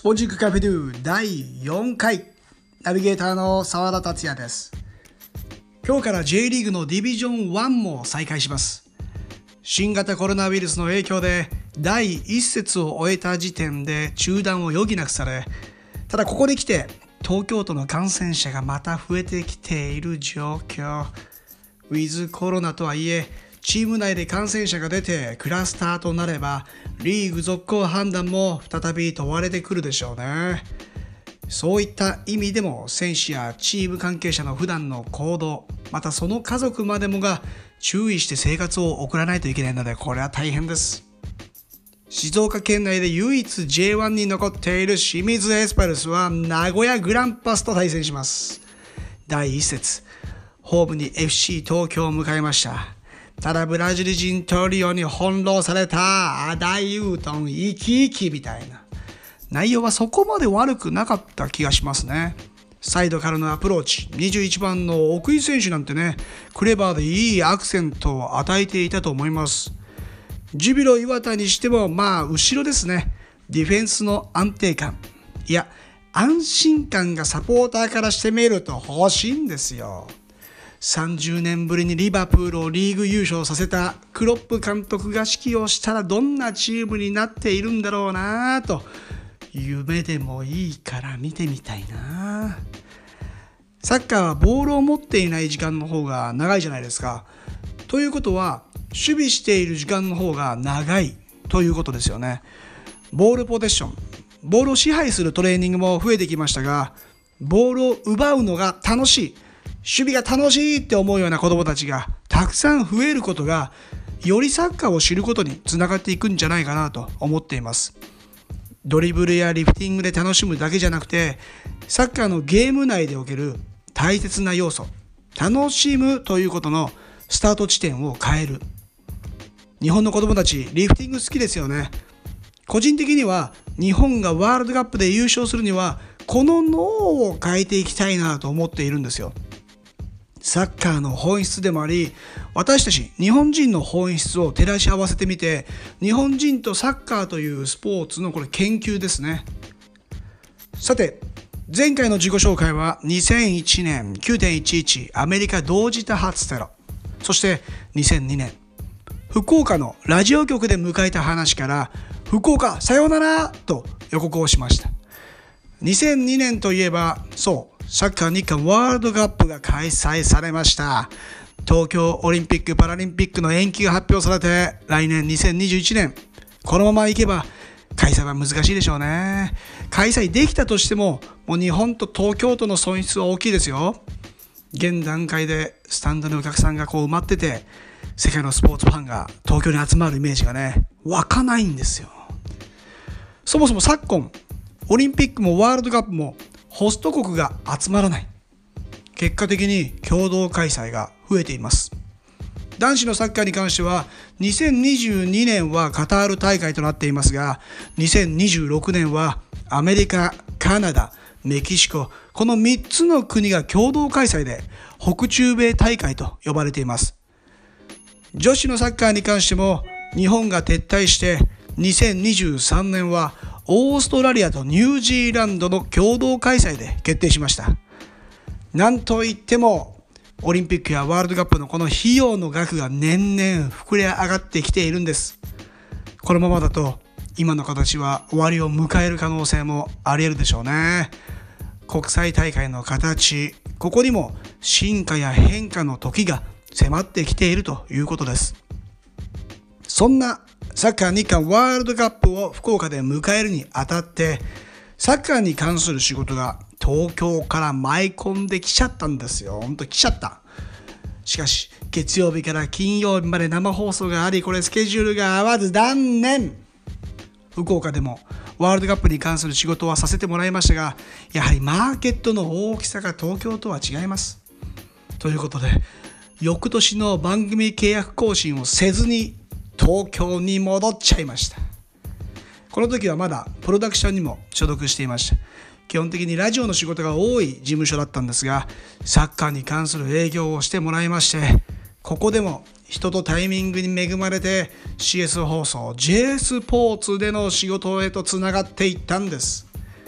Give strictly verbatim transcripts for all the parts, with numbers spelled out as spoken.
ポジックカフェドゥだいよんかいナビゲーターの澤田達也です。今日から J リーグのディビジョンワンも再開します。新型コロナウイルスの影響でだいいっ節を終えた時点で中断を余儀なくされ、ただここに来て東京都の感染者がまた増えてきている状況。ウィズコロナとはいえチーム内で感染者が出てクラスターとなればリーグ続行判断も再び問われてくるでしょうね。そういった意味でも選手やチーム関係者の普段の行動、またその家族までもが注意して生活を送らないといけないので、これは大変です。静岡県内で唯一 ジェイワン に残っている清水エスパルスは名古屋グランパスと対戦します。だいいっ節、ホームに エフシー 東京を迎えました。ただブラジル人トリオに翻弄されたアダイウートン生き生きみたいな内容はそこまで悪くなかった気がしますね。サイドからのアプローチ、にじゅういちばんの奥井選手なんてね、クレバーでいいアクセントを与えていたと思います。ジュビロ磐田にしてもまあ後ろですね。ディフェンスの安定感、いや安心感がサポーターからしてみると欲しいんですよ。さんじゅうねんぶりにリバプールをリーグ優勝させたクロップ監督が指揮をしたらどんなチームになっているんだろうなと、夢でもいいから見てみたいな。サッカーはボールを持っていない時間の方が長いじゃないですか。ということは守備している時間の方が長いということですよね。ボールポゼッション、ボールを支配するトレーニングも増えてきましたが、ボールを奪うのが楽しい、守備が楽しいって思うような子どもたちがたくさん増えることが、よりサッカーを知ることにつながっていくんじゃないかなと思っています。ドリブルやリフティングで楽しむだけじゃなくて、サッカーのゲーム内でおける大切な要素、楽しむということのスタート地点を変える。日本の子どもたちリフティング好きですよね。個人的には日本がワールドカップで優勝するにはこの脳を変えていきたいなと思っているんですよ。サッカーの本質でもあり、私たち日本人の本質を照らし合わせてみて、日本人とサッカーというスポーツのこれ研究ですね。さて、前回の自己紹介はにせんいちねん きゅうてんいちいち アメリカ同時多発テロ、そしてにせんにねん福岡のラジオ局で迎えた話から福岡さようならと予告をしました。にせんにねんといえば、そうサッカー日韓ワールドカップが開催されました。東京オリンピック・パラリンピックの延期が発表されて、来年にせんにじゅういちねん、このままいけば開催は難しいでしょうね。開催できたとしても、もう日本と東京都の損失は大きいですよ。現段階でスタンドのお客さんがこう埋まってて、世界のスポーツファンが東京に集まるイメージがね、湧かないんですよ。そもそも昨今、オリンピックもワールドカップもホスト国が集まらない。結果的に共同開催が増えています。男子のサッカーに関してはにせんにじゅうにねんはカタール大会となっていますが、にせんにじゅうろくねんはアメリカ、カナダ、メキシコ、このみっつの国が共同開催で北中米大会と呼ばれています。女子のサッカーに関しても日本が撤退してにせんにじゅうさんねんはオーストラリアとニュージーランドの共同開催で決定しました。なんといってもオリンピックやワールドカップのこの費用の額が年々膨れ上がってきているんです。このままだと今の形は終わりを迎える可能性もあり得るでしょうね。国際大会の形、ここにも進化や変化の時が迫ってきているということです。そんなサッカー日韓ワールドカップを福岡で迎えるにあたって、サッカーに関する仕事が東京から舞い込んできちゃったんですよ。ほんと来ちゃった。しかし月曜日から金曜日まで生放送があり、これスケジュールが合わず断念。福岡でもワールドカップに関する仕事はさせてもらいましたが、やはりマーケットの大きさが東京とは違います。ということで翌年の番組契約更新をせずに東京に戻っちゃいました。この時はまだプロダクションにも所属していました。基本的にラジオの仕事が多い事務所だったんですが、サッカーに関する営業をしてもらいまして、ここでも人とタイミングに恵まれて シーエス 放送 J スポーツでの仕事へとつながっていったんです。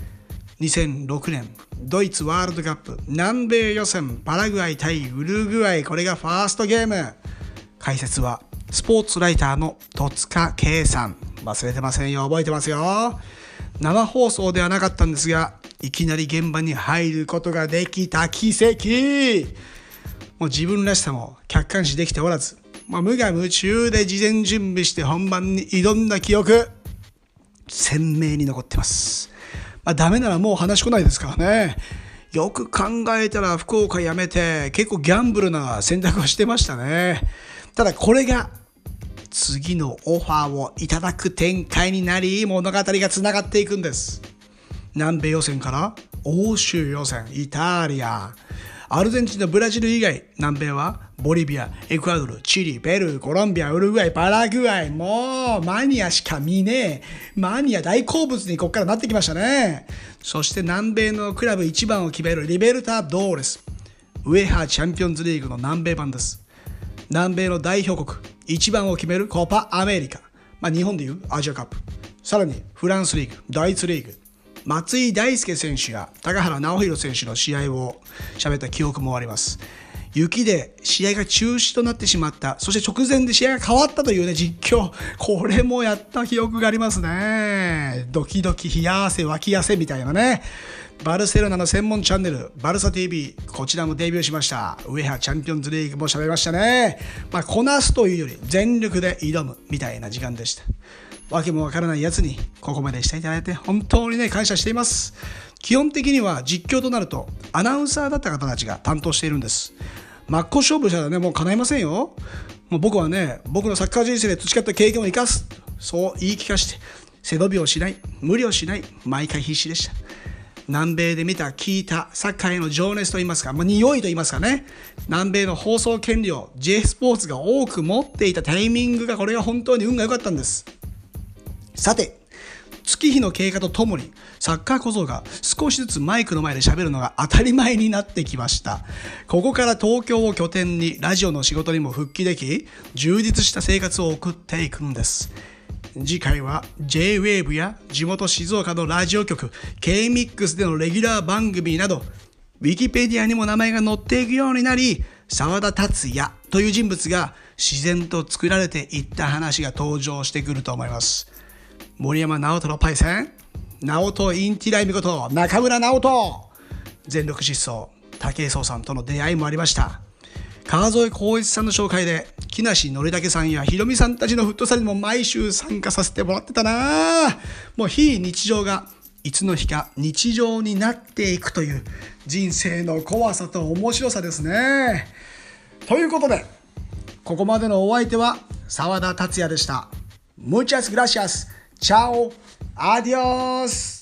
にせんろくねんドイツワールドカップ南米予選パラグアイ対ウルグアイ、これがファーストゲーム。解説はスポーツライターの戸塚圭さん。忘れてませんよ、覚えてますよ。生放送ではなかったんですが、いきなり現場に入ることができた奇跡。もう自分らしさも客観視できておらず、まあ、無我夢中で事前準備して本番に挑んだ記憶、鮮明に残ってます。まあ、ダメならもう話来ないですからね。よく考えたら福岡辞めて結構ギャンブルな選択をしてましたね。ただこれが次のオファーをいただく展開になり、物語がつながっていくんです。南米予選から欧州予選、イタリア、アルゼンチンとブラジル以外、南米はボリビア、エクアドル、チリ、ペルー、コロンビア、ウルグアイ、パラグアイ。もうマニアしか見ねえ。マニア大好物にここからなってきましたね。そして南米のクラブ一番を決めるリベルタドーレス、ウエハーチャンピオンズリーグの南米版です。南米の代表国一番を決めるコパアメリカ、まあ、日本でいうアジアカップ、さらにフランスリーグ、ドイツリーグ、松井大輔選手や高原直弘選手の試合を喋った記憶もあります。雪で試合が中止となってしまった、そして直前で試合が変わったというね、実況、これもやった記憶がありますね。ドキドキ冷や汗湧き汗みたいなね。バルセロナの専門チャンネルバルサ ティーブイ、 こちらもデビューしました。ウエハチャンピオンズリーグも喋りましたね。まあこなすというより全力で挑むみたいな時間でした。わけもわからないやつにここまでしていただいて本当にね感謝しています。基本的には実況となるとアナウンサーだった方たちが担当しているんです。真っ向勝負したらねもう叶いませんよ。もう僕はね僕のサッカー人生で培った経験を生かす、そう言い聞かして背伸びをしない、無理をしない、毎回必死でした。南米で見た聞いたサッカーへの情熱といいますか、まあ、匂いといいますかね、南米の放送権利を J スポーツが多く持っていたタイミングが、これが本当に運が良かったんです。さて月日の経過とともにサッカー小僧が少しずつマイクの前で喋るのが当たり前になってきました。ここから東京を拠点にラジオの仕事にも復帰でき、充実した生活を送っていくんです。次回は ジェイウェーブ や地元静岡のラジオ局 ケーミックス でのレギュラー番組など、ウィキペディアにも名前が載っていくようになり、澤田達也という人物が自然と作られていった話が登場してくると思います。森山直人のパイセン、直人インティライミこと中村直人、全力疾走武井壮さんとの出会いもありました。川添浩一さんの紹介で木梨憲武さんやひろみさんたちのフットサルにも毎週参加させてもらってたな。もう非日常がいつの日か日常になっていくという人生の怖さと面白さですね。ということでここまでのお相手は澤田達也でした。Muchas gracias. Chao. Adiós.